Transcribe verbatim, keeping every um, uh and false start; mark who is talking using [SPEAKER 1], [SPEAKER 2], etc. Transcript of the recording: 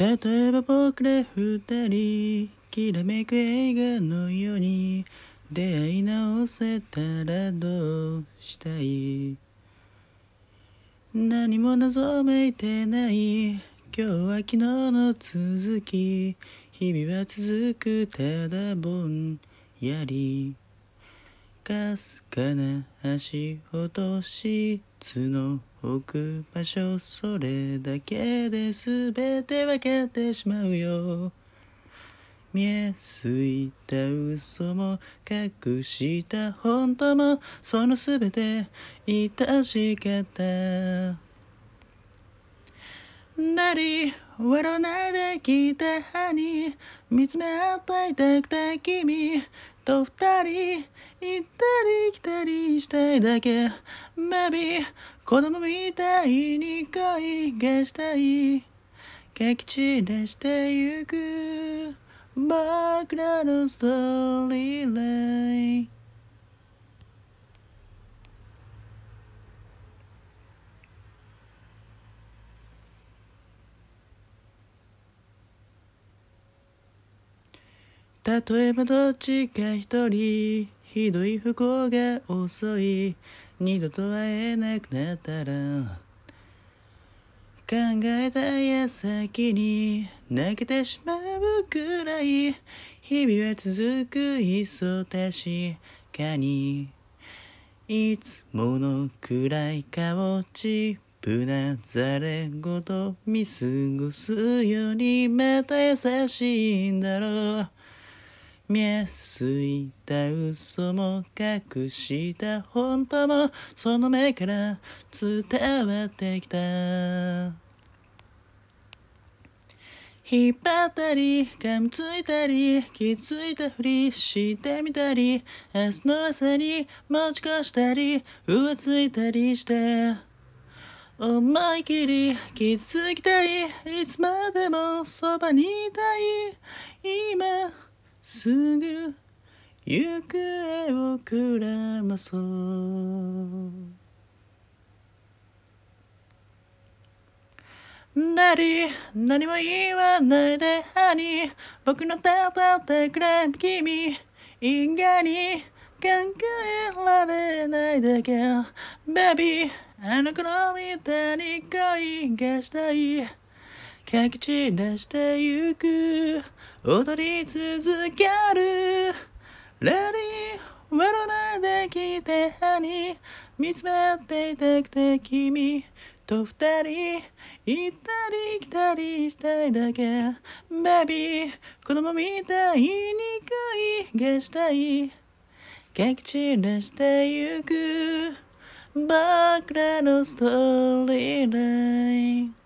[SPEAKER 1] 例えば僕ら二人きらめく映画のように出会い直せたらどうしたい。何も謎めいてない今日は昨日の続き、日々は続くただぼんやりかすかな足音質の置く場所、それだけで全てわかってしまうよ。見えすいた嘘も隠した本当もその全て致し方。何笑わないで聞いてハニー、見つめ合っていたくて君と二人行ったり来たりしたいだけ。Maybe 子供みたいに恋がしたい。書き散らしてゆく僕らのストーリーライン。例えばどっちか一人ひどい不幸が遅い、二度と会えなくなったら考えた矢先に泣けてしまうくらい日々は続くいっそ確かにいつもの暗い顔チップなざれ言見過ごすようにまた優しいんだろう。見えすいた嘘も隠した本当もその目から伝わってきた。引っ張ったり噛みついたり気づいたふりしてみたり明日の朝に持ち越したり浮ついたりして思い切り気づきたい、いつまでもそばにいたい。今すぐ行方をくらまそう。何何も言わないでハニー、僕の手を取ってくれ君以外に考えられないだけ。Baby あの頃みたいに恋がしたい。書き散らしてゆく踊り続ける Ready 笑わないで聞いてハニー、見つめていたくて君と二人行ったり来たりしたいだけ。Baby 子供みたいに恋がしたい。書き散らしてゆく僕らのストーリーライン。